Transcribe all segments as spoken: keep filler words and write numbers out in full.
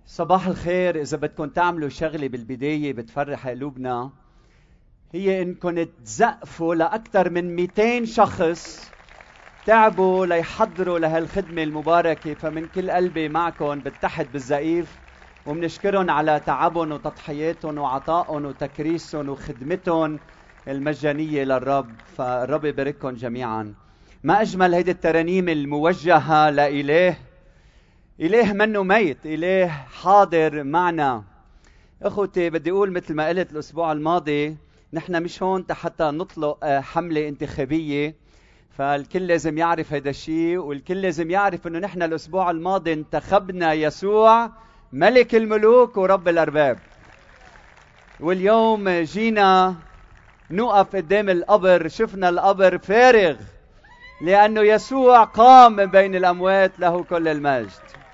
صباح الخير. إذا بدكم تعملوا شغلة بالبداية بتفرح قلوبنا، هي إنكم تزقفوا لأكثر من مئتين شخص تعبوا ليحضروا لهالخدمة المباركة، فمن كل قلبي معكم بتحت بالزقيف وبنشكرهم على تعبهم وتضحياتهم وعطائهم وتكريسهم وخدمتهم المجانية للرب. فالرب يبارككم جميعا. ما أجمل هيدي الترانيم الموجهة لإله، إله منه ميت، إله حاضر معنا. أخوتي بدي أقول مثل ما قلت الأسبوع الماضي، نحن مش هون حتى نطلق حملة انتخابية، فالكل لازم يعرف هذا الشيء، والكل لازم يعرف أنه نحن الأسبوع الماضي انتخبنا يسوع ملك الملوك ورب الأرباب، واليوم جينا نوقف قدام القبر، شفنا القبر فارغ لأنه يسوع قام من بين الأموات، له كل المجد.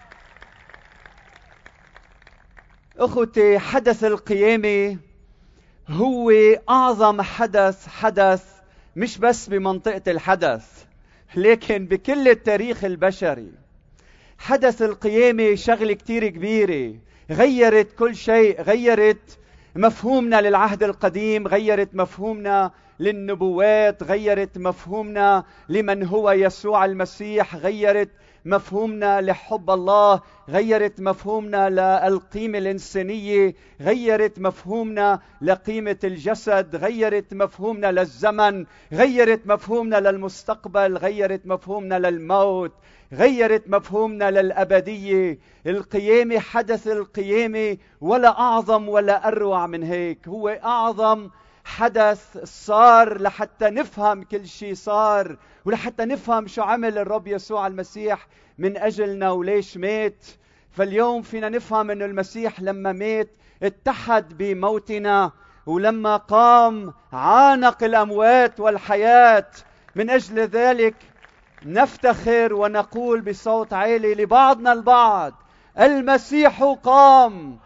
أخوتي، حدث القيامة هو أعظم حدث حدث مش بس بمنطقة الحدث، لكن بكل التاريخ البشري. حدث القيامة شغلة كتير كبيرة، غيرت كل شيء، غيرت مفهومنا للعهد القديم، غيرت مفهومنا للنبوات، غيرت مفهومنا لمن هو يسوع المسيح، غيرت مفهومنا لحب الله، غيرت مفهومنا للقيمة الإنسانية، غيرت مفهومنا لقيمة الجسد، غيرت مفهومنا للزمن، غيرت مفهومنا للمستقبل، غيرت مفهومنا للموت، غيرت مفهومنا للأبدية. القيامة، حدث القيامة ولا أعظم ولا أروع من هيك. هو أعظم حدث صار لحتى نفهم كل شيء صار، ولحتى نفهم شو عمل الرب يسوع المسيح من أجلنا وليش مات. فاليوم فينا نفهم أن المسيح لما مات اتحد بموتنا، ولما قام عانق الأموات والحياة. من أجل ذلك نفتخر ونقول بصوت عالي لبعضنا البعض: المسيح قام،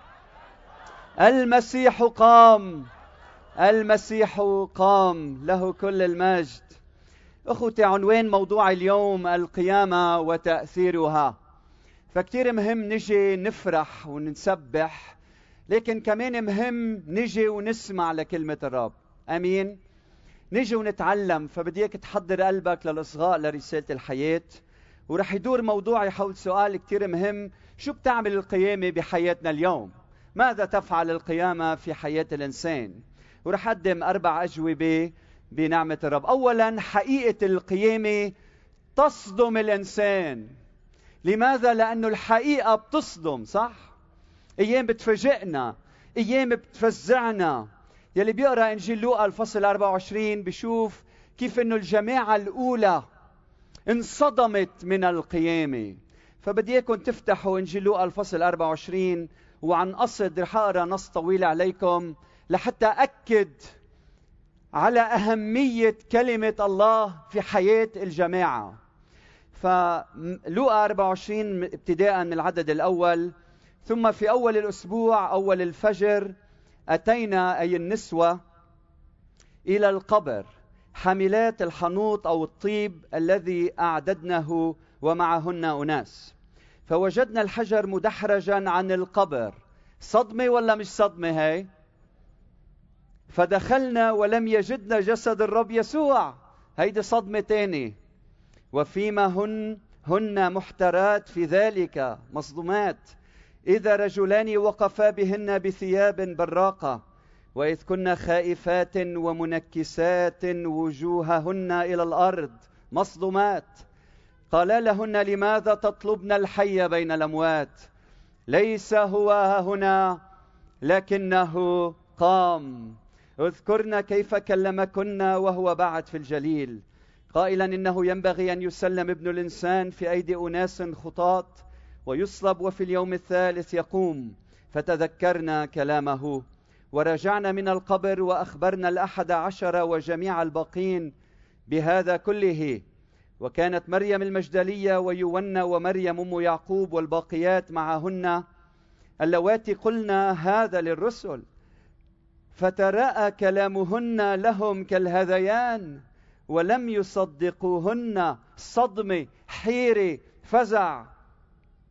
المسيح قام، المسيح قام، له كل المجد. أخوتي، عنوان موضوع اليوم القيامة وتأثيرها. فكتير مهم نجي نفرح ونسبح، لكن كمان مهم نجي ونسمع لكلمة الرب. أمين. نجي ونتعلم. فبدي اياك تحضر قلبك للإصغاء لرسالة الحياة، ورح يدور موضوعي حول سؤال كتير مهم: شو بتعمل القيامة بحياتنا اليوم؟ ماذا تفعل القيامة في حياة الإنسان؟ ورح أقدم أربع أجوبة بنعمة الرب. أولا، حقيقة القيامة تصدم الإنسان. لماذا؟ لأنه الحقيقة بتصدم، صح؟ أيام بتفاجئنا، أيام بتفزعنا. يلي بيقرأ إنجيل لوقا الفصل أربعة وعشرين بيشوف كيف إنه الجماعة الأولى انصدمت من القيامة. فبدي اياكم تفتحوا إنجيل لوقا الفصل أربعة وعشرين، وعن قصد رح أقرأ نص طويل عليكم لحتى أكد على أهمية كلمة الله في حياة الجماعة. فلوقا أربعة وعشرين ابتداء من العدد الأول: ثم في أول الأسبوع أول الفجر أتينا، أي النسوة، إلى القبر حاملات الحنوط أو الطيب الذي أعددنه ومعهن أناس، فوجدنا الحجر مدحرجا عن القبر. صدمة ولا مش صدمة هاي؟ فدخلنا ولم يجدنا جسد الرب يسوع. هيدي صدمة تاني. وفيما هن هن محترات في ذلك، مصدومات، إذا رجلان وقفا بهن بثياب براقة، وإذ كنا خائفات ومنكسات وجوههن إلى الأرض، مصدومات. قال لهن: لماذا تطلبن الحي بين الأموات؟ ليس هو هنا لكنه قام. اذكرن كيف كلمكن وهو بعد في الجليل، قائلا: إنه ينبغي أن يسلم ابن الإنسان في أيدي أناس خطاة ويصلب وفي اليوم الثالث يقوم. فتذكرنا كلامه، ورجعنا من القبر وأخبرنا الأحد عشر وجميع الباقين بهذا كله. وكانت مريم المجدلية ويونا ومريم أم يعقوب والباقيات معهن اللواتي قلنا هذا للرسل، فتراءى كلامهن لهم كالهذيان ولم يصدقوهن. صدمة، حيرة، فزع.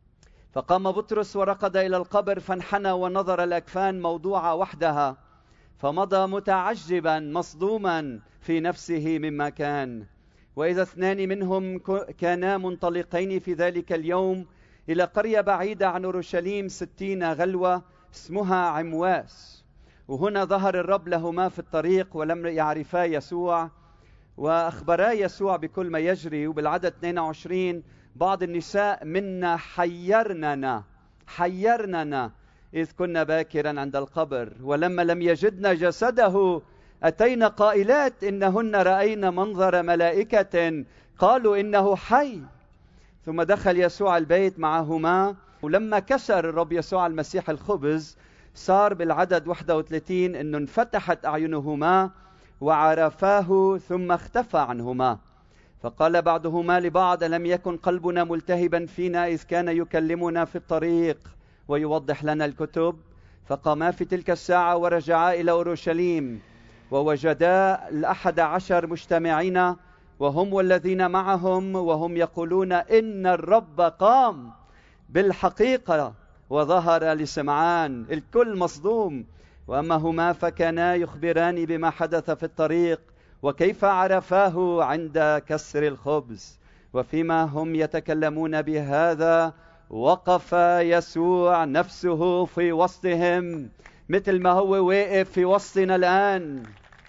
فقام بطرس وركض إلى القبر فانحنى ونظر الأكفان موضوعة وحدها، فمضى متعجبا مصدوما في نفسه مما كان. وإذا اثنان منهم كانا منطلقين في ذلك اليوم إلى قرية بعيدة عن أورشليم ستين غلوة اسمها عمواس، وهنا ظهر الرب لهما في الطريق ولم يعرفا يسوع، وأخبرا يسوع بكل ما يجري. وبالعدد اثنين وعشرين بعض النساء منا حيرننا حيرننا إذ كنا باكرا عند القبر، ولما لم يجدنا جسده أتينا قائلات إنهن رأينا منظر ملائكة قالوا إنه حي. ثم دخل يسوع البيت معهما، ولما كسر الرب يسوع المسيح الخبز صار بالعدد واحد وثلاثين إنه انفتحت أعينهما وعرفاه ثم اختفى عنهما. فقال بعضهما لبعض: لم يكن قلبنا ملتهبا فينا إذ كان يكلمنا في الطريق ويوضح لنا الكتب؟ فقاما في تلك الساعة ورجعا إلى أورشليم، ووجدا الأحد عشر مجتمعين وهم والذين معهم، وهم يقولون إن الرب قام بالحقيقة وظهر لسمعان. الكل مصدوم. وأما هما فكانا يخبران بما حدث في الطريق وكيف عرفاه عند كسر الخبز. وفيما هم يتكلمون بهذا وقف يسوع نفسه في وسطهم مثل ما هو واقف في وسطنا الآن،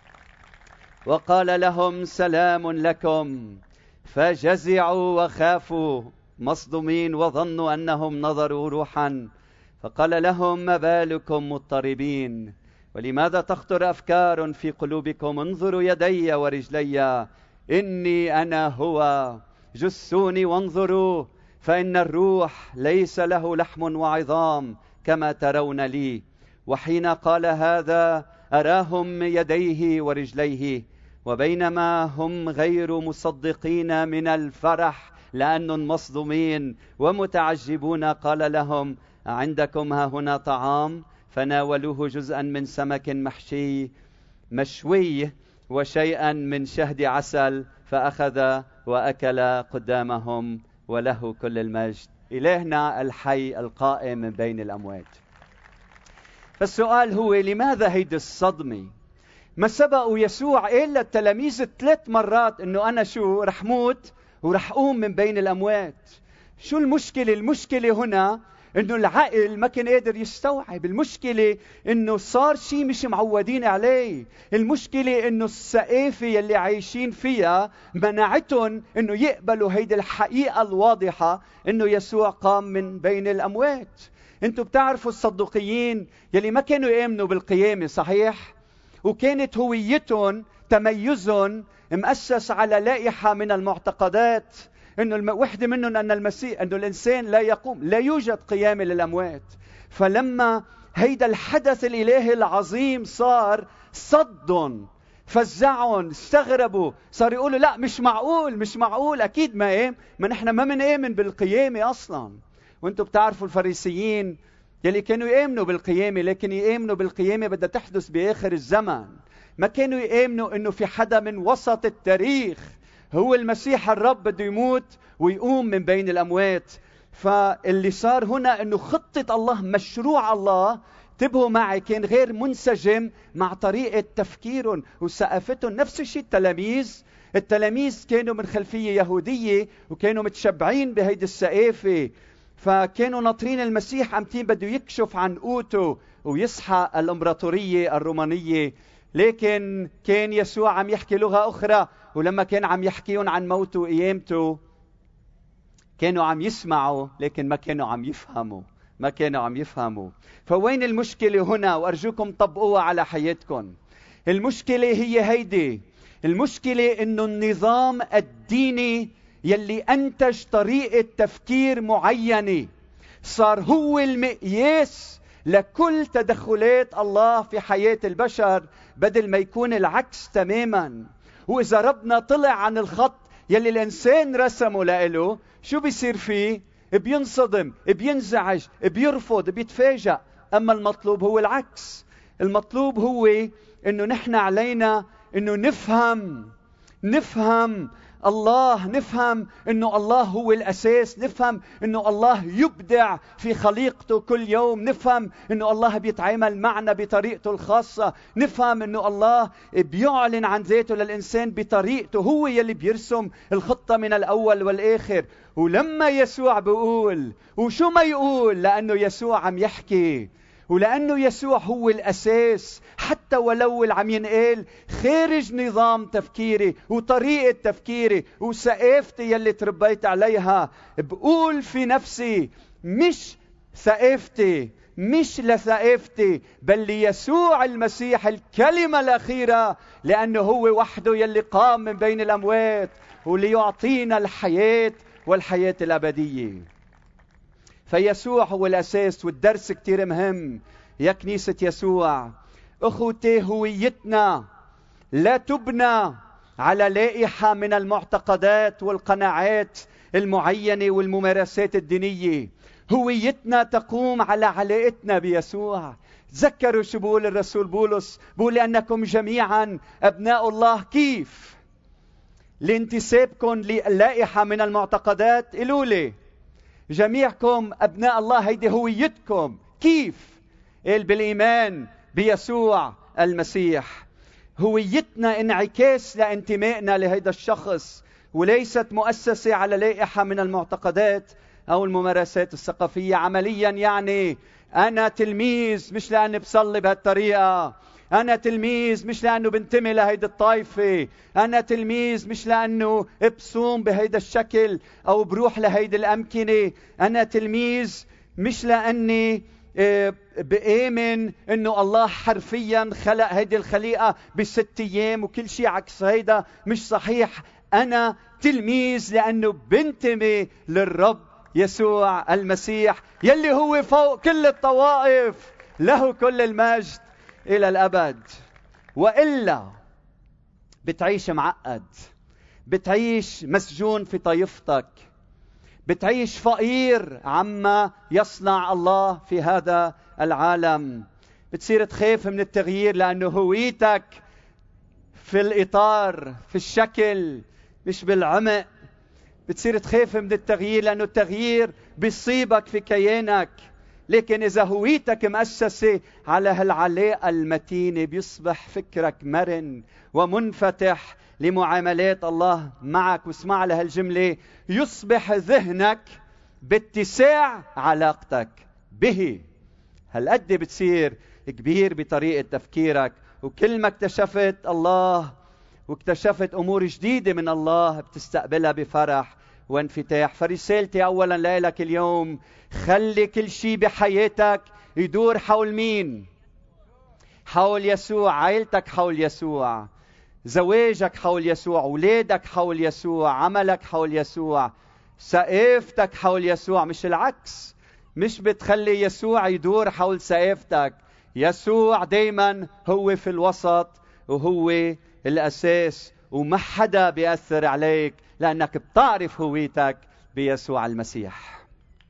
وقال لهم: سلام لكم. فجزعوا وخافوا مصدومين وظنوا أنهم نظروا روحا. فقال لهم: ما بالكم مضطربين، ولماذا تخطر أفكار في قلوبكم؟ انظروا يدي ورجلي، إني أنا هو. جسوني وانظروا، فإن الروح ليس له لحم وعظام كما ترون لي. وحين قال هذا أراهم يديه ورجليه، وبينما هم غير مصدقين من الفرح لأنهم مصدومين ومتعجبون قال لهم: عندكم ها هنا طعام؟ فناولوه جزءا من سمك محشي مشوي وشيئا من شهد عسل، فأخذ وأكل قدامهم، وله كل المجد. إلهنا الحي القائم من بين الأموات. فالسؤال هو: لماذا هيدي الصدمة؟ ما سبقوا يسوع قال للتلاميذ ثلاث مرات إنه أنا شو رح موت ورح أقوم من بين الأموات. شو المشكلة؟ المشكلة هنا إنه العقل ما كان قادر يستوعب. المشكلة إنه صار شيء مش معودين عليه. المشكلة إنه السقافة يلي عايشين فيها منعتهم إنه يقبلوا هيدي الحقيقة الواضحة إنه يسوع قام من بين الأموات. أنتوا بتعرفوا الصدوقيين يلي ما كانوا يؤمنوا بالقيامة، صحيح؟ وكانت هويتهم تميزهم مؤسس على لائحة من المعتقدات، إنه الم... وحدة منهم أن المسيح إنه الإنسان لا يقوم، لا يوجد قيامة للأموات. فلما هيدا الحدث الإلهي العظيم صار صدهم، فزعهم، استغربوا، صار يقولوا: لا مش معقول مش معقول أكيد ما إيه ما نحن ما منآمن بالقيامة أصلا. وأنتم بتعرفوا الفريسيين يلي كانوا يآمنوا بالقيامة، لكن يآمنوا بالقيامة بدها تحدث بآخر الزمن. ما كانوا يآمنوا إنه في حدا من وسط التاريخ هو المسيح الرب بده يموت ويقوم من بين الأموات. فاللي صار هنا إنه خطة الله، مشروع الله، انتبهوا معي، كان غير منسجم مع طريقة تفكيرهم وثقافتهم. نفس الشيء التلاميذ التلاميذ كانوا من خلفية يهودية وكانوا متشبعين بهيدي الثقافة، فكانوا ناطرين المسيح أمتين بده يكشف عن قوته ويسحق الإمبراطورية الرومانية. لكن كان يسوع عم يحكي لغة أخرى، ولما كان عم يحكيهم عن موته وقيامته كانوا عم يسمعوا لكن ما كانوا عم يفهموا ما كانوا عم يفهموا. فوين المشكلة هنا؟ وأرجوكم طبقوها على حياتكم. المشكلة هي هيدي، المشكلة إنه النظام الديني يلي أنتج طريقة تفكير معينة صار هو المقياس لكل تدخلات الله في حياة البشر، بدل ما يكون العكس تماما. وإذا ربنا طلع عن الخط يلي الإنسان رسمه لإله، شو بيصير فيه؟ بينصدم، بينزعج، بيرفض، بيتفاجأ. أما المطلوب هو العكس. المطلوب هو إنه نحن علينا إنه نفهم نفهم الله، نفهم أنه الله هو الأساس، نفهم أنه الله يبدع في خليقته كل يوم، نفهم أنه الله بيتعامل معنا بطريقته الخاصة، نفهم أنه الله بيعلن عن ذاته للإنسان بطريقته، هو يلي بيرسم الخطة من الأول والآخر. ولما يسوع بيقول وشو ما يقول، لأنه يسوع عم يحكي، ولأنه يسوع هو الأساس، حتى ولو اللي عم ينقال خارج نظام تفكيري وطريقة تفكيري وثقافتي يلي تربيت عليها، بقول في نفسي مش ثقافتي، مش لثقافتي، بل ليسوع المسيح الكلمة الأخيرة، لأنه هو وحده يلي قام من بين الأموات وليعطينا الحياة والحياة الأبدية. فيسوع هو الأساس. والدرس كتير مهم يا كنيسة يسوع. أخوتي، هويتنا لا تبنى على لائحة من المعتقدات والقناعات المعينة والممارسات الدينية. هويتنا تقوم على علاقتنا بيسوع. تذكروا شو بقول الرسول بولس؟ بقول لأنكم جميعا أبناء الله. كيف؟ لانتسابكم للائحة من المعتقدات. قالوا لي جميعكم أبناء الله، هيدي هويتكم. كيف؟ قال بالإيمان بيسوع المسيح. هويتنا انعكاس لانتمائنا لهيدا الشخص، وليست مؤسسة على لائحة من المعتقدات أو الممارسات الثقافية. عمليا يعني أنا تلميذ مش لأني بصلي بهالطريقة، أنا تلميذ مش لأنه بنتمي لهيدا الطائفة، أنا تلميذ مش لأنه بصوم بهيدا الشكل أو بروح لهيدا الأمكنة، أنا تلميذ مش لأني بآمن أنه الله حرفيا خلق هيدي الخليقة بست أيام وكل شيء عكس هيدا مش صحيح. أنا تلميذ لأنه بنتمي للرب يسوع المسيح يلي هو فوق كل الطوائف، له كل المجد إلى الأبد. وإلا بتعيش معقد، بتعيش مسجون في طائفتك، بتعيش فقير عما يصنع الله في هذا العالم. بتصير تخاف من التغيير لأنه هويتك في الإطار، في الشكل، مش بالعمق. بتصير تخاف من التغيير لأنه التغيير بيصيبك في كيانك. لكن إذا هويتك مؤسسة على هالعلاقة المتينة، بيصبح فكرك مرن ومنفتح لمعاملات الله معك. واسمع لهالجملة: يصبح ذهنك باتساع علاقتك به. هالقد بتصير كبير بطريقة تفكيرك، وكل ما اكتشفت الله واكتشفت أمور جديدة من الله بتستقبلها بفرح وانفتاح. فرسالتي أولا لك اليوم: خلي كل شيء بحياتك يدور حول مين؟ حول يسوع. عائلتك حول يسوع، زواجك حول يسوع، أولادك حول يسوع، عملك حول يسوع، سقافتك حول يسوع، مش العكس. مش بتخلي يسوع يدور حول سقافتك. يسوع دايما هو في الوسط وهو الأساس، وما حدا بيأثر عليك لأنك بتعرف هويتك بيسوع المسيح.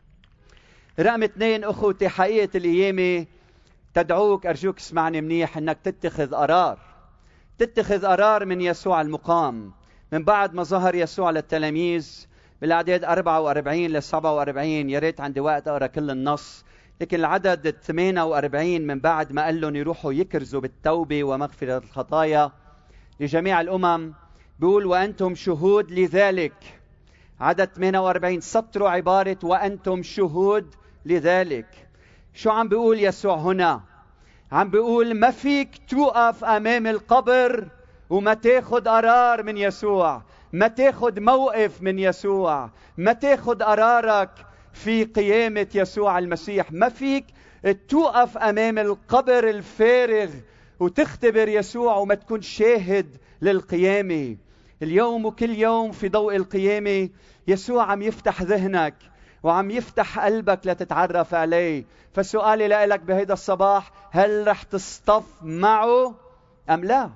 رقم اثنين، أخوتي، حقيقة القيامة تدعوك، أرجوك اسمعني منيح، أنك تتخذ قرار. تتخذ قرار من يسوع المقام. من بعد ما ظهر يسوع للتلاميذ بالأعداد أربعة وأربعين ل سبعة وأربعين، يا ريت عندي وقت أقرأ كل النص، لكن العدد ثمانية وأربعين من بعد ما قال لهم يروحوا يكرزوا بالتوبة ومغفرة الخطايا لجميع الأمم، بيقول: وأنتم شهود لذلك. عدد ثمانية وأربعين سطروا عبارة وأنتم شهود لذلك. شو عم بيقول يسوع هنا؟ عم بيقول ما فيك توقف أمام القبر وما تاخد قرار من يسوع، ما تاخد موقف من يسوع، ما تاخد قرارك في قيامة يسوع المسيح. ما فيك توقف أمام القبر الفارغ وتختبر يسوع وما تكون شاهد للقيامة. اليوم وكل يوم في ضوء القيامة يسوع عم يفتح ذهنك وعم يفتح قلبك لتتعرف عليه. فسؤالي لك بهيدا الصباح: هل رح تصطف معه أم لا؟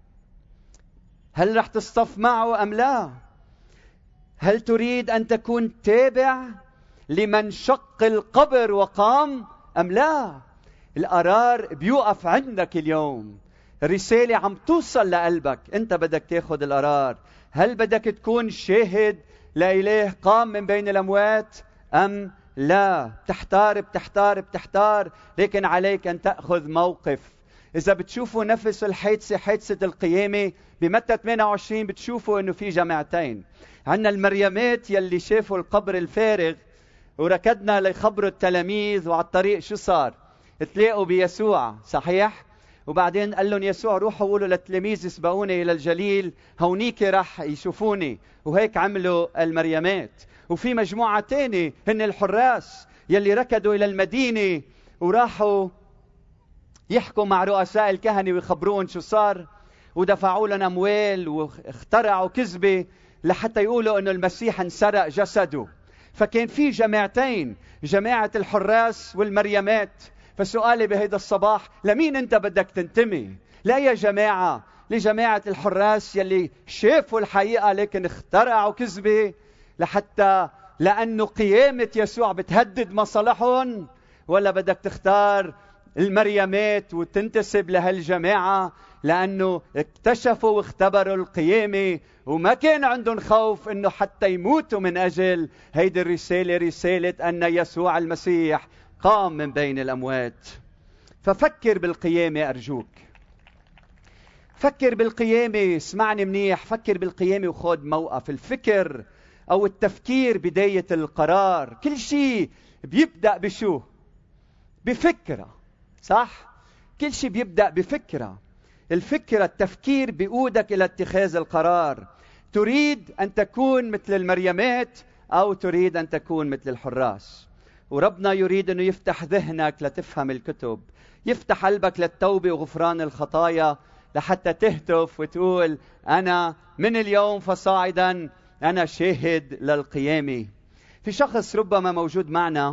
هل رح تصطف معه أم لا؟ هل تريد أن تكون تابع لمن شق القبر وقام أم لا؟ القرار بيوقف عندك اليوم. الرسالة عم توصل لقلبك، انت بدك تاخد القرار. هل بدك تكون شاهد لإله قام من بين الأموات أم لا؟ بتحتار بتحتار بتحتار، لكن عليك أن تأخذ موقف. إذا بتشوفوا نفس الحادثة، حادثة القيامة بمتى ثمانية وعشرين، بتشوفوا إنه في جماعتين. عندنا المريمات يلي شافوا القبر الفارغ وركضنا ليخبروا التلاميذ، وعلى الطريق شو صار؟ تلاقوا بيسوع، صحيح؟ وبعدين قال لهم يسوع روحوا قولوا للتلاميذ يسبقوني إلى الجليل، هونيك رح يشوفوني. وهيك عملوا المريمات. وفي مجموعة تانية هن الحراس يلي ركضوا إلى المدينة وراحوا يحكوا مع رؤساء الكهنة ويخبرون شو صار، ودفعوا لهم أموال واخترعوا كذبة لحتى يقولوا إنه المسيح انسرق جسده. فكان في جماعتين، جماعة الحراس والمريمات. فسؤالي بهيدا الصباح، لمين أنت بدك تنتمي؟ لأي جماعة؟ لجماعة الحراس يلي شافوا الحقيقة لكن اخترعوا كذبة لحتى لأنه قيامة يسوع بتهدد مصالحهم؟ ولا بدك تختار المريمات وتنتسب لهالجماعة لأنه اكتشفوا واختبروا القيامة وما كان عندهم خوف أنه حتى يموتوا من أجل هيدي الرسالة، رسالة أن يسوع المسيح قام من بين الأموات؟ ففكر بالقيامة أرجوك، فكر بالقيامة. اسمعني منيح، فكر بالقيامة وخذ موقف. الفكر أو التفكير بداية القرار. كل شيء بيبدأ بشو؟ بفكرة، صح؟ كل شيء بيبدأ بفكرة. الفكرة، التفكير بيقودك إلى اتخاذ القرار. تريد أن تكون مثل المريمات أو تريد أن تكون مثل الحراس؟ وربنا يريد أنه يفتح ذهنك لتفهم الكتب، يفتح قلبك للتوبة وغفران الخطايا، لحتى تهتف وتقول أنا من اليوم فصاعدا أنا شاهد للقيامة. في شخص ربما موجود معنا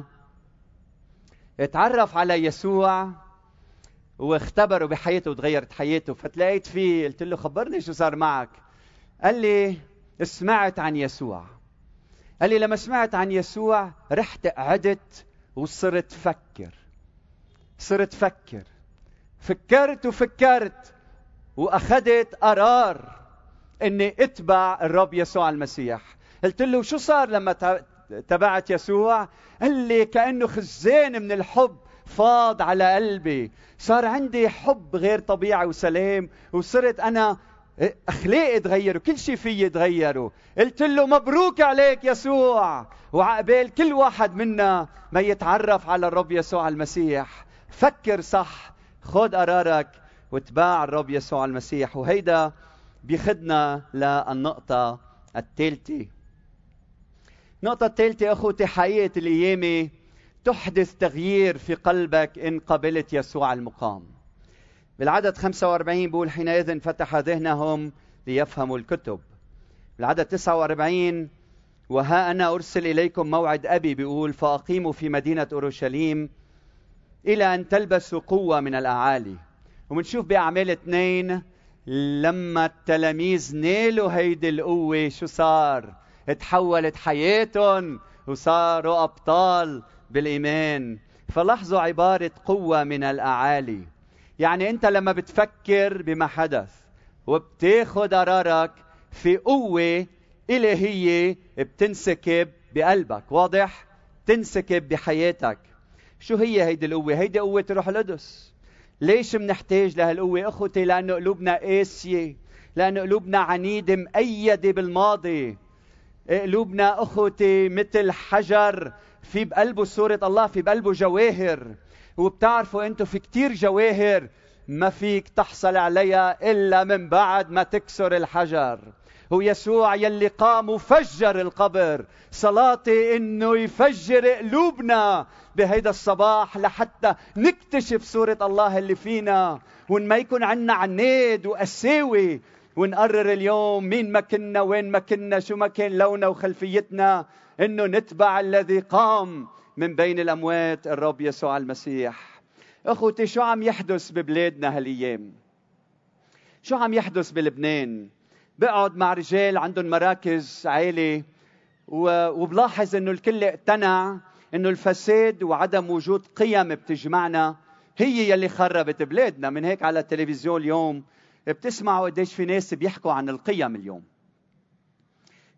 اتعرف على يسوع واختبره بحياته وتغيرت حياته، فتلاقيت فيه قلت له خبرني شو صار معك. قال لي سمعت عن يسوع. قال لي لما سمعت عن يسوع رحت قعدت وصرت فكر، صرت فكر فكرت وفكرت وأخذت قرار أني اتبع الرب يسوع المسيح. قلت له شو صار لما تبعت يسوع؟ قال لي كأنه خزان من الحب فاض على قلبي، صار عندي حب غير طبيعي وسلام، وصرت أنا أخلاقي تغيروا، كل شيء فيي تغيروا. قلت له مبروك عليك يسوع، وعقبال كل واحد منا ما يتعرف على الرب يسوع المسيح. فكر صح، خذ قرارك واتباع الرب يسوع المسيح. وهيدا بيخدنا للنقطة الثالثة. النقطة الثالثة أخوتي، حقيقة القيامة تحدث تغيير في قلبك إن قبلت يسوع المقام. بالعدد خمسة وأربعين بقول حينئذ فتح ذهنهم ليفهموا الكتب. بالعدد تسعة وأربعين وها أنا أرسل إليكم موعد أبي، بيقول فأقيموا في مدينة أورشليم إلى أن تلبسوا قوة من الأعالي. ومنشوف بأعمال اثنين لما التلاميذ نالوا هيدي القوة شو صار؟ اتحولت حياتهم وصاروا أبطال بالإيمان. فلاحظوا عبارة قوة من الأعالي، يعني أنت لما بتفكر بما حدث وبتاخد قرارك في قوة إلهية بتنسكب بقلبك، واضح؟ تنسكب بحياتك. شو هي هيدي القوة؟ هيدي قوة روح القدس. ليش منحتاج لهالقوة أخوتي؟ لأنه قلوبنا قاسية، لأنه قلوبنا عنيدة مؤيدة بالماضي. قلوبنا أخوتي مثل حجر في بقلبه صورة الله، في بقلبه جواهر. وبتعرفوا أنتوا في كتير جواهر ما فيك تحصل عليها إلا من بعد ما تكسر الحجر. ويسوع يلي قام وفجر القبر، صلاتي إنه يفجر قلوبنا بهيدا الصباح لحتى نكتشف صورة الله اللي فينا، وإن ما يكون عنا عناد وقساوي، ونقرر اليوم مين ما كنا، وين ما كنا، شو ما كان لوننا وخلفيتنا، إنه نتبع الذي قام من بين الأموات، الرب يسوع المسيح. أخوتي شو عم يحدث ببلادنا هالأيام؟ شو عم يحدث بلبنان؟ بقعد مع رجال عندهم مراكز عالية وبلاحظ إنه الكل اقتنع إنه الفساد وعدم وجود قيم بتجمعنا هي يلي خربت بلادنا. من هيك على التلفزيون اليوم بتسمعوا قديش في ناس بيحكوا عن القيم اليوم.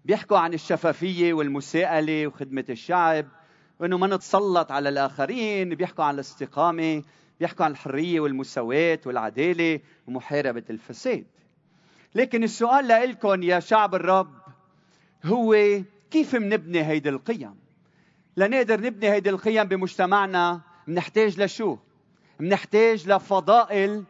بيحكوا عن الشفافية والمساءلة وخدمة الشعب، وإنه ما نتسلط على الآخرين. بيحكوا عن الاستقامة، بيحكوا عن الحرية والمساواة والعدالة ومحاربة الفساد. لكن السؤال لإلكم يا شعب الرب هو كيف منبني هيدي القيم؟ لنقدر نبني هيدي القيم بمجتمعنا منحتاج لشو؟ منحتاج لفضائل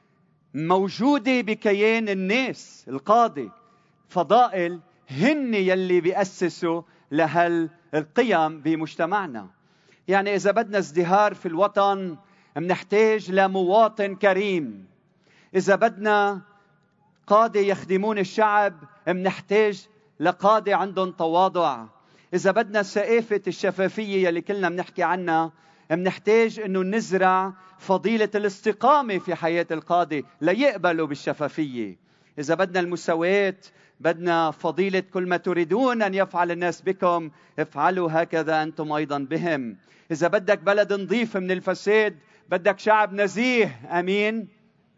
موجودة بكيان الناس القادة، فضائل هن يلي بيأسسوا لهالقيم بمجتمعنا. يعني إذا بدنا ازدهار في الوطن منحتاج لمواطن كريم. إذا بدنا قادة يخدمون الشعب منحتاج لقادة عندهم تواضع. إذا بدنا ثقافة الشفافية يلي كلنا بنحكي عنها منحتاج إنه نزرع فضيلة الاستقامة في حياة القادة ليقبلوا بالشفافية. إذا بدنا المساواة بدنا فضيلة كل ما تريدون أن يفعل الناس بكم افعلوا هكذا أنتم أيضا بهم. إذا بدك بلد نظيف من الفساد بدك شعب نزيه. أمين.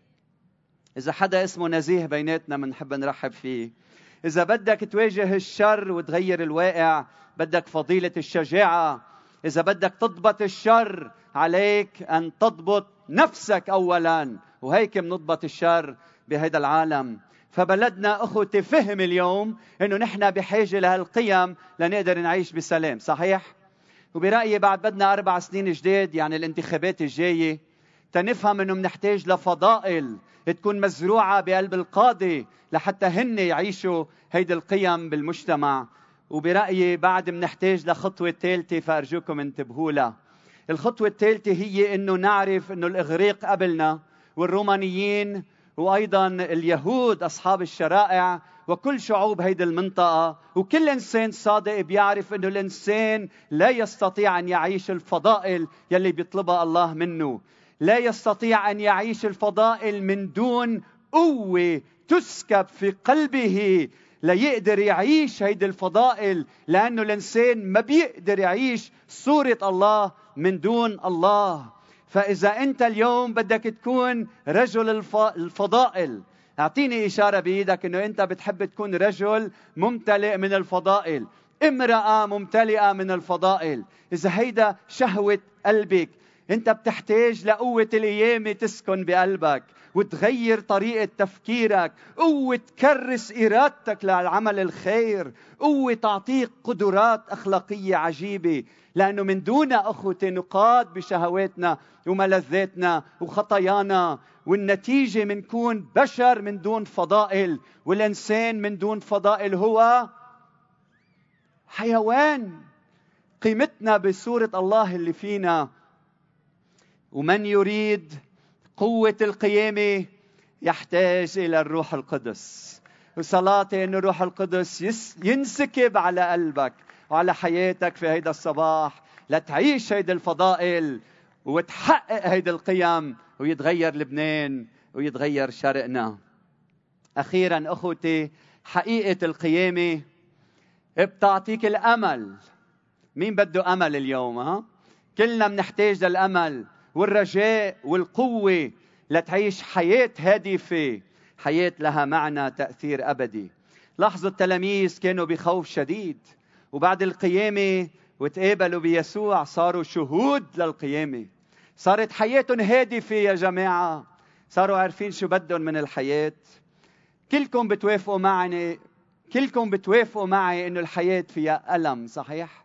إذا حدا اسمه نزيه بيناتنا منحب نرحب فيه. إذا بدك تواجه الشر وتغير الواقع بدك فضيلة الشجاعة. إذا بدك تضبط الشر عليك أن تضبط نفسك أولا، وهيك منضبط الشر بهذا العالم. فبلدنا أخوتي فهم اليوم أنه نحن بحاجة لهالقيم لنقدر نعيش بسلام. صحيح؟ وبرأيي بعد بدنا أربع سنين جديد، يعني الانتخابات الجاية، تنفهم أنه منحتاج لفضائل تكون مزروعة بقلب القادة لحتى هن يعيشوا هيدي القيم بالمجتمع. وبرأيي بعد منحتاج لخطوة ثالثة، فأرجوكم انتبهوا لها. الخطوة الثالثة هي أنه نعرف أنه الإغريق قبلنا والرومانيين وأيضا اليهود أصحاب الشرائع وكل شعوب هيدي المنطقة وكل إنسان صادق بيعرف أنه الإنسان لا يستطيع أن يعيش الفضائل يلي بيطلبها الله منه. لا يستطيع أن يعيش الفضائل من دون قوة تسكب في قلبه ليقدر يعيش هيدي الفضائل، لأنه الإنسان ما بيقدر يعيش صورة الله من دون الله. فإذا أنت اليوم بدك تكون رجل الفضائل، أعطيني إشارة بإيدك أنه أنت بتحب تكون رجل ممتلئ من الفضائل، امرأة ممتلئة من الفضائل. إذا هيدا شهوة قلبك أنت بتحتاج لقوة القيامة تسكن بقلبك وتغير طريقة تفكيرك، قوة تكرس إرادتك للعمل الخير، قوة تعطيك قدرات أخلاقية عجيبة. لأنه من دون أخوتي نقاد بشهواتنا وملذاتنا وخطايانا، والنتيجة منكون بشر من دون فضائل، والإنسان من دون فضائل هو حيوان. قيمتنا بصورة الله اللي فينا. ومن يريد قوة القيامة يحتاج إلى الروح القدس. وصلاتي أن الروح القدس ينسكب على قلبك وعلى حياتك في هيدا الصباح لتعيش هيدا الفضائل وتحقق هيدا القيم ويتغير لبنان ويتغير شرقنا. أخيرا أخوتي، حقيقة القيامة بتعطيك الأمل. مين بده أمل اليوم؟ ها؟ كلنا منحتاج للأمل والرجاء والقوة لتعيش حياة هادفة، حياة لها معنى تأثير أبدي. لاحظوا التلاميذ كانوا بخوف شديد، وبعد القيامة وتقابلوا بيسوع صاروا شهود للقيامة. صارت حياتهم هادفة يا جماعة، صاروا عارفين شو بدهم من الحياة. كلكم بتوافقوا معي كلكم بتوافقوا معي إنه الحياة فيها ألم. صحيح؟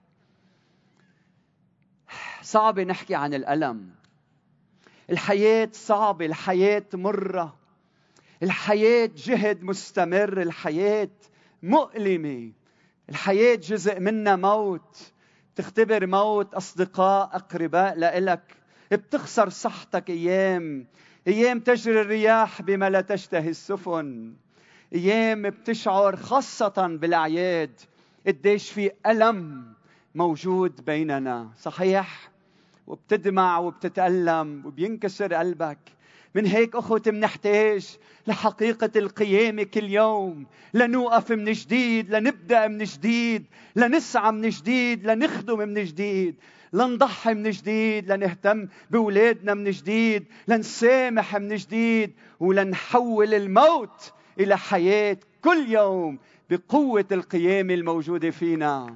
صعب نحكي عن الألم. الحياة صعبة، الحياة مرة، الحياة جهد مستمر، الحياة مؤلمة، الحياة جزء منها موت. تختبر موت أصدقاء أقرباء لإلك، بتخسر صحتك أيام، أيام تجري الرياح بما لا تشتهي السفن، أيام بتشعر خاصة بالأعياد قديش في ألم موجود بيننا. صحيح؟ وبتدمع وبتتألم وبينكسر قلبك. من هيك أخوتي منحتاج لحقيقة القيامة كل يوم، لنوقف من جديد، لنبدأ من جديد، لنسعى من جديد، لنخدم من جديد، لنضحي من جديد، لنهتم بأولادنا من جديد، لنسامح من جديد، ولنحول الموت إلى حياة كل يوم بقوة القيامة الموجودة فينا.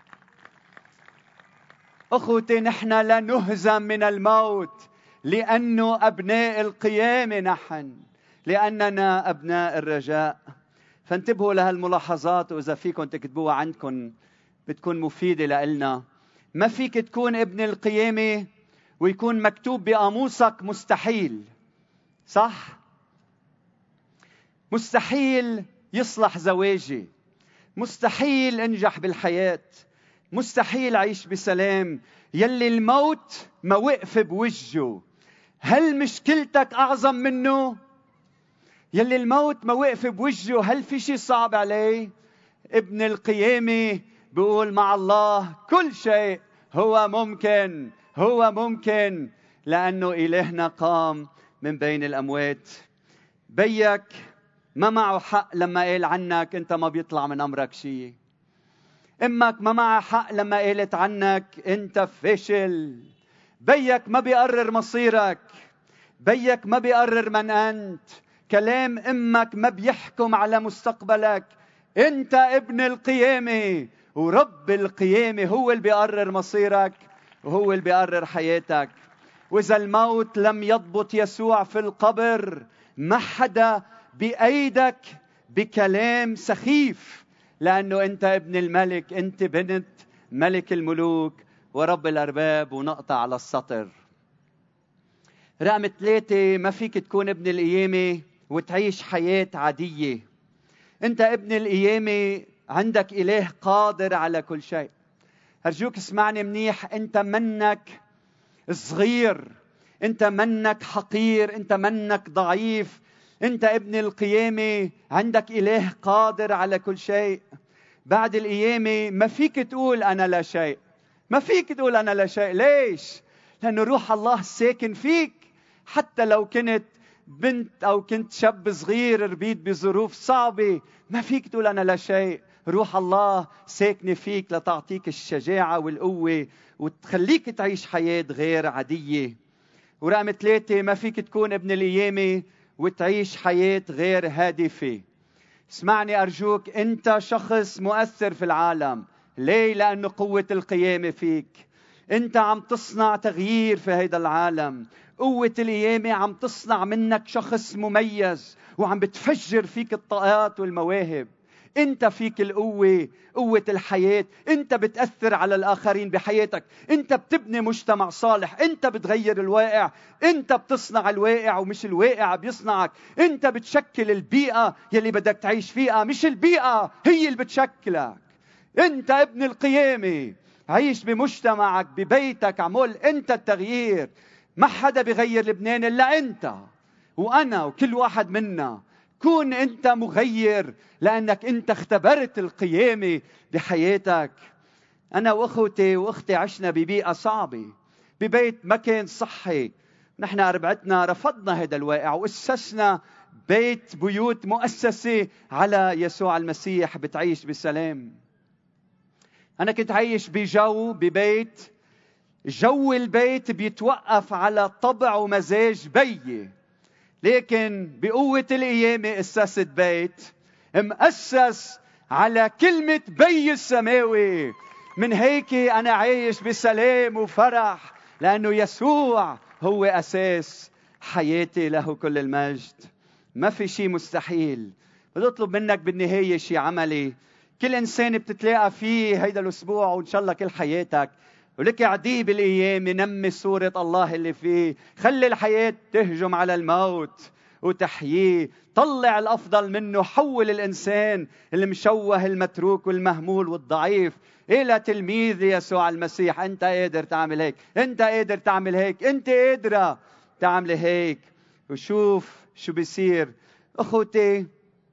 أخوتي، نحن لا نهزم من الموت لأنه أبناء القيامة، نحن لأننا أبناء الرجاء. فانتبهوا لهالملاحظات، وإذا فيكم تكتبوها عندكم بتكون مفيدة لإلنا. ما فيك تكون ابن القيامة ويكون مكتوب بقاموسك مستحيل، صح؟ مستحيل يصلح زواجي، مستحيل انجح بالحياة، مستحيل أعيش بسلام. يلي الموت ما وقف بوجهه، هل مشكلتك أعظم منه؟ يلي الموت ما وقف بوجهه، هل في شيء صعب عليه؟ ابن القيامة بيقول مع الله كل شيء هو ممكن، هو ممكن، لأنه إلهنا قام من بين الأموات. بيك ما معه حق لما قال عنك أنت ما بيطلع من أمرك شيء. أمك ما معها حق لما قالت عنك أنت فاشل. بيك ما بيقرر مصيرك، بيك ما بيقرر من أنت. كلام أمك ما بيحكم على مستقبلك. أنت ابن القيامة، ورب القيامة هو اللي بيقرر مصيرك وهو اللي بيقرر حياتك. وإذا الموت لم يضبط يسوع في القبر، ما حدا بأيدك بكلام سخيف، لأنه أنت ابن الملك، أنت بنت ملك الملوك ورب الأرباب. ونقطع على السطر. رقم ثلاثة، ما فيك تكون ابن القيامة وتعيش حياة عادية. أنت ابن القيامة، عندك إله قادر على كل شيء. أرجوك اسمعني منيح، أنت منك صغير، أنت منك حقير، أنت منك ضعيف. أنت ابن القيامة، عندك إله قادر على كل شيء. بعد القيامة ما فيك تقول أنا لا شيء، ما فيك تقول أنا لا شيء. ليش؟ لأنه روح الله ساكن فيك. حتى لو كنت بنت أو كنت شاب صغير ربيت بظروف صعبة، ما فيك تقول أنا لا شيء. روح الله ساكن فيك لتعطيك الشجاعة والقوة وتخليك تعيش حياة غير عادية. ورقم ثلاثة، ما فيك تكون ابن القيامة وتعيش حياة غير هادفة. اسمعني أرجوك، أنت شخص مؤثر في العالم. ليه؟ لأنه قوة القيامة فيك. أنت عم تصنع تغيير في هذا العالم. قوة القيامة عم تصنع منك شخص مميز، وعم بتفجر فيك الطاقات والمواهب. أنت فيك القوة، قوة الحياة. أنت بتأثر على الآخرين بحياتك. أنت بتبني مجتمع صالح. أنت بتغير الواقع. أنت بتصنع الواقع ومش الواقع بيصنعك. أنت بتشكل البيئة يلي بدك تعيش فيها، مش البيئة هي اللي بتشكلك. أنت ابن القيامة، عيش بمجتمعك ببيتك، عمول أنت التغيير. ما حدا بيغير لبنان إلا أنت وأنا وكل واحد منا. كون أنت مغير لأنك أنت اختبرت القيامة بحياتك. أنا وأخوتي وأختي عشنا ببيئة صعبة، ببيت ما كان صحي. نحن أربعتنا رفضنا هذا الواقع وأسسنا بيت بيوت مؤسسة على يسوع المسيح بتعيش بسلام. أنا كنت عايش بجو ببيت، جو البيت بيتوقف على طبع ومزاج بيي، لكن بقوة القيامة أسست بيت مؤسس على كلمة بي السماوي. من هيك أنا عايش بسلام وفرح، لأنه يسوع هو أساس حياتي، له كل المجد. ما في شيء مستحيل. بدي أطلب منك بالنهاية شيء عملي. كل إنسان بتتلاقى فيه هيدا الأسبوع وإن شاء الله كل حياتك، ولك عديه بالأيام، نمي صورة الله اللي فيه. خلي الحياة تهجم على الموت وتحييه. طلع الأفضل منه. حول الإنسان المشوه المتروك والمهمول والضعيف إلى تلميذ يسوع المسيح. أنت قادر تعمل هيك، أنت قادر تعمل هيك، أنت قادرة تعمل هيك. وشوف شو بيصير. أخوتي،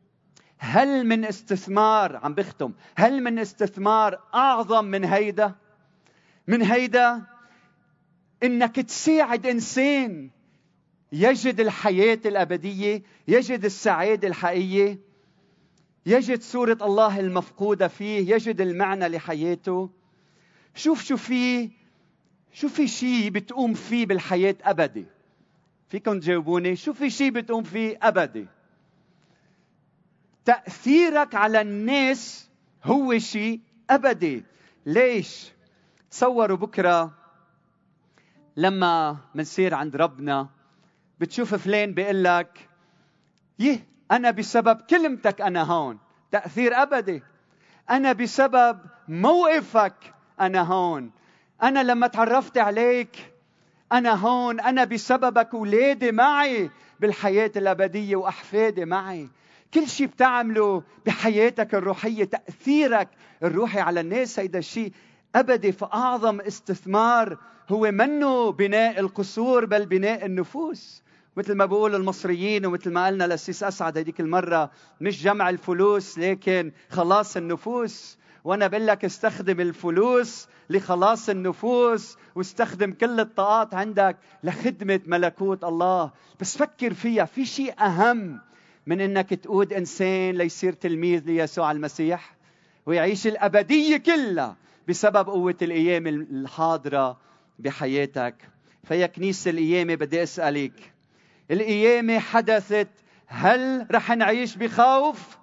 هل من استثمار، عم بختم، هل من استثمار أعظم من هيدا؟ من هيدا إنك تساعد إنسان يجد الحياة الأبدية، يجد السعادة الحقيقية، يجد صورة الله المفقودة فيه، يجد المعنى لحياته. شوف شو في شو في شيء بتقوم فيه بالحياة أبدي. فيكم تجاوبوني؟ شو في شيء بتقوم فيه أبدي؟ تأثيرك على الناس هو شيء أبدي. ليش؟ تصوروا بكرة لما منصير عند ربنا بتشوف فلان بيقول لك يه أنا بسبب كلمتك أنا هون، تأثير أبدي. أنا بسبب موقفك أنا هون، أنا لما تعرفت عليك أنا هون، أنا بسببك أولادي معي بالحياة الأبدية وأحفادي معي. كل شيء بتعمله بحياتك الروحية، تأثيرك الروحي على الناس، هيدا الشيء أبدي. فأعظم استثمار هو منه بناء القصور بل بناء النفوس. مثل ما بقول المصريين ومثل ما قالنا للسيس أسعد هذيك المرة، مش جمع الفلوس لكن خلاص النفوس. وأنا بقول لك استخدم الفلوس لخلاص النفوس، واستخدم كل الطاقات عندك لخدمة ملكوت الله. بس فكر فيها، في شيء أهم من أنك تقود إنسان ليصير تلميذ ليسوع المسيح ويعيش الأبدية كلها بسبب قوة القيامة الحاضرة بحياتك. فيا كنيسة القيامة بدي أسألك، القيامة حدثت، هل رح نعيش بخوف؟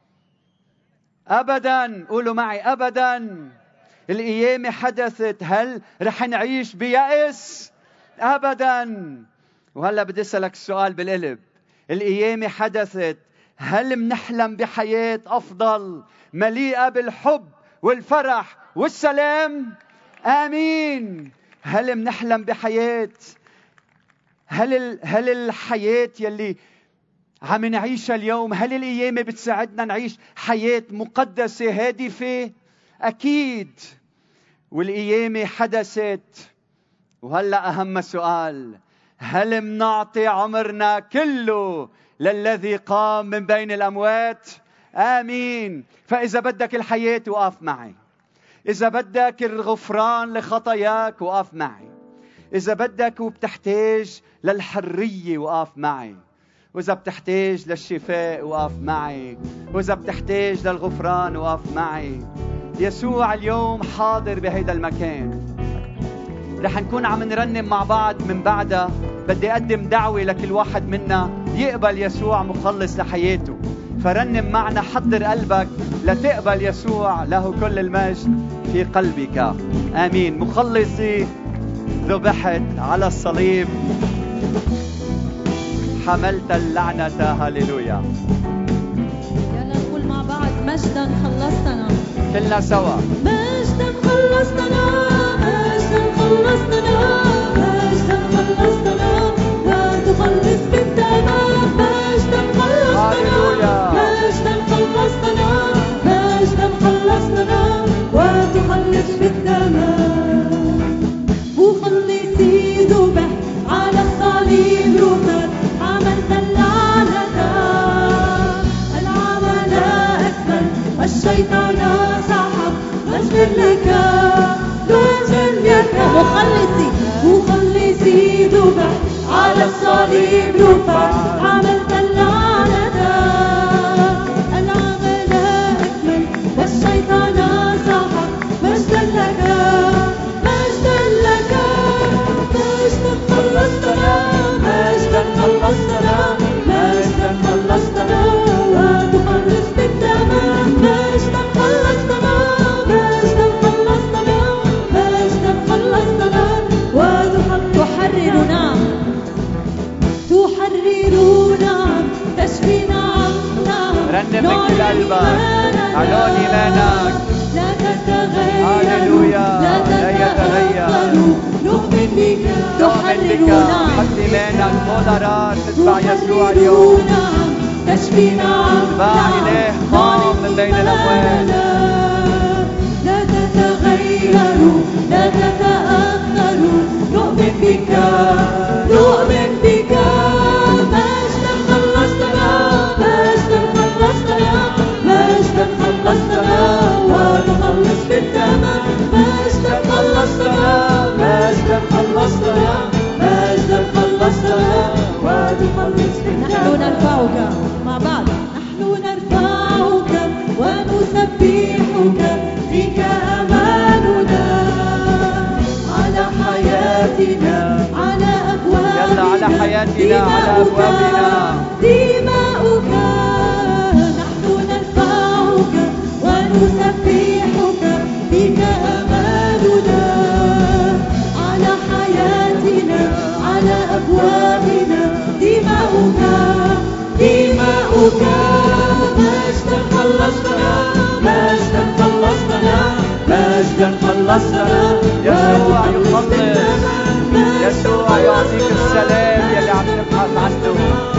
أبداً. قولوا معي أبداً. القيامة حدثت، هل رح نعيش بيأس؟ أبداً. وهلأ بدي أسألك السؤال بالقلب، القيامة حدثت، هل منحلم بحياة أفضل مليئة بالحب والفرح والسلام؟ آمين. هل منحلم بحياة، هل هل الحياة يلي عم نعيشها اليوم، هل القيامة بتساعدنا نعيش حياة مقدسة هادفة؟ أكيد. والقيامة حدثت، وهلأ أهم سؤال، هل منعطي عمرنا كله للذي قام من بين الأموات؟ آمين. فإذا بدك الحياة وقف معي، إذا بدك الغفران لخطاياك وقف معي، إذا بدك وبتحتاج للحرية وقف معي، وإذا بتحتاج للشفاء وقف معي، وإذا بتحتاج للغفران وقف معي. يسوع اليوم حاضر بهيدا المكان. رح نكون عم نرنم مع بعض، من بعدها بدي أقدم دعوة لكل واحد منا يقبل يسوع مخلص لحياته. فرنم معنا، حضر قلبك لتقبل يسوع، له كل المجد في قلبك. آمين. مخلصي ذبحت على الصليب، حملت اللعنة. هاليلويا. يلا نقول مع بعض، مجدا خلصتنا. كلنا سوا. مجدا خلصتنا، مجدا خلصتنا، مجدا خلصتنا، وتخلص بالتمام. مجدا خلصتنا، مجدا خلصتنا، مجدا خلصتنا، وتخلص بالتمام. مخلصي ذبح على الصليب، رفض عملت اللعنة، العمل أكمل والشيطان سحق. مجد لك، مجد لك. مخلصي مخلصي ذبح على الصليب، رفع عملت اللعنة، العمل أكمل والشيطان سحق. مجدا لك، مجدا لك، مجدا خلصتنا، مجدا خلصتنا، مجدا خلصتنا، وتخلص بالتمام. مجدا خلصتنا، مجدا خلصتنا، مجدا خلصتنا، وتخلص. تحررنا، تحررنا، تشفي نعمنا. رنم من كل قلبك، أعلن إيمانك. لا تتغير، هاليلويا. لا يتغير. نؤمن بك، تحررنا. حط إيمانك، قدرات تتبع يسوع اليوم. تشفينا، تتبع إله قام من بين الأموات. لا تتغيروا، لا تتأخروا. نؤمن بك، نؤمن بك. مجدا خلصتنا، مجدا خلصتنا، مجدا خلصتنا، وتخلص بالتمام. مجدا خلصتنا، مجدا خلصتنا، مجدا خلصتنا، وتخلص بالتمام. نحن نرفعك مع بعض، نحن نرفعك ونسبحك، فيك أماننا على حياتنا، على أبوابنا. يلا على حياتنا، على أبوابنا. دماؤك، نحن اسمك مجدا خلصتنا مجدا خلصتنا مجدا خلصتنا يسوع يخلص، يسوع يعطيك السلام يلي عم تبحث عنه.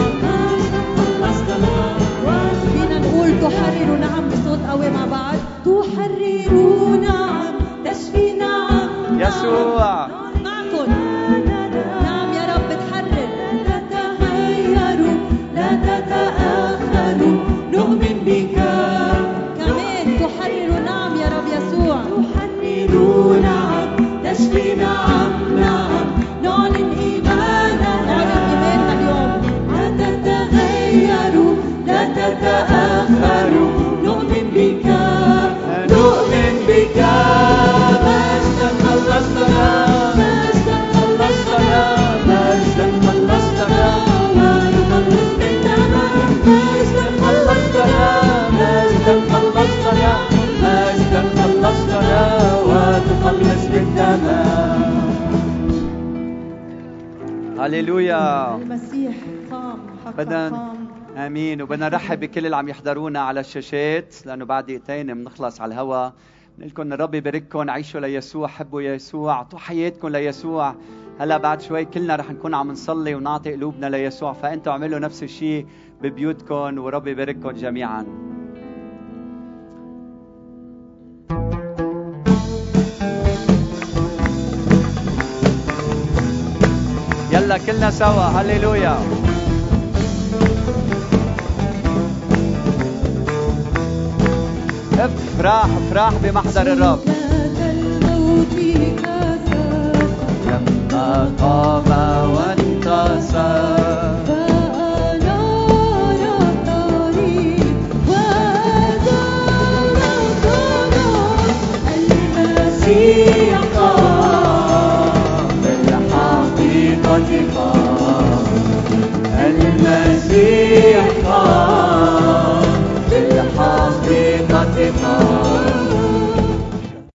فينا نقول تحرر نعم بصوت قوي مع بعض. تحرر نعم، تشفي نعم، يسوع معكم. نعم يا رب تحرر، لا تتغيروا لا تتأخروا، نؤمن بك. كمان تحرر نعم يا رب يسوع. تحرر نعم، تشفي نعم نعم، نعلن إيماننا نعلن إيماننا اليوم. لا تتغيروا لا تتأخروا، نؤمن بك نؤمن بك. مجدا خلصتنا مجدا خلصتنا مجدا خلصتنا ونخلص بالدم. مجدا خلصتنا مجدا خلصتنا مجدا خلصتنا وتخلص بالدم. هللويا. المسيح قام حقا بدنا قام. امين. وبدنا نرحب بكل اللي عم يحضرونا على الشاشات، لانه بعد دقيقتين بنخلص على الهوا. بنقول لكم الرب يبارككم، عيشوا ليسوع، حبوا يسوع، اعطوا حياتكم ليسوع. هلا بعد شوي كلنا رح نكون عم نصلي ونعطي قلوبنا ليسوع، فانتوا اعملوا نفس الشيء ببيوتكم، ورب يبارككم جميعا. يلا كلنا سوا. هللويا. افرح افرح بمحضر الرب. لما قام وانتصر فأنار الطريق ودار الظلام. المسيح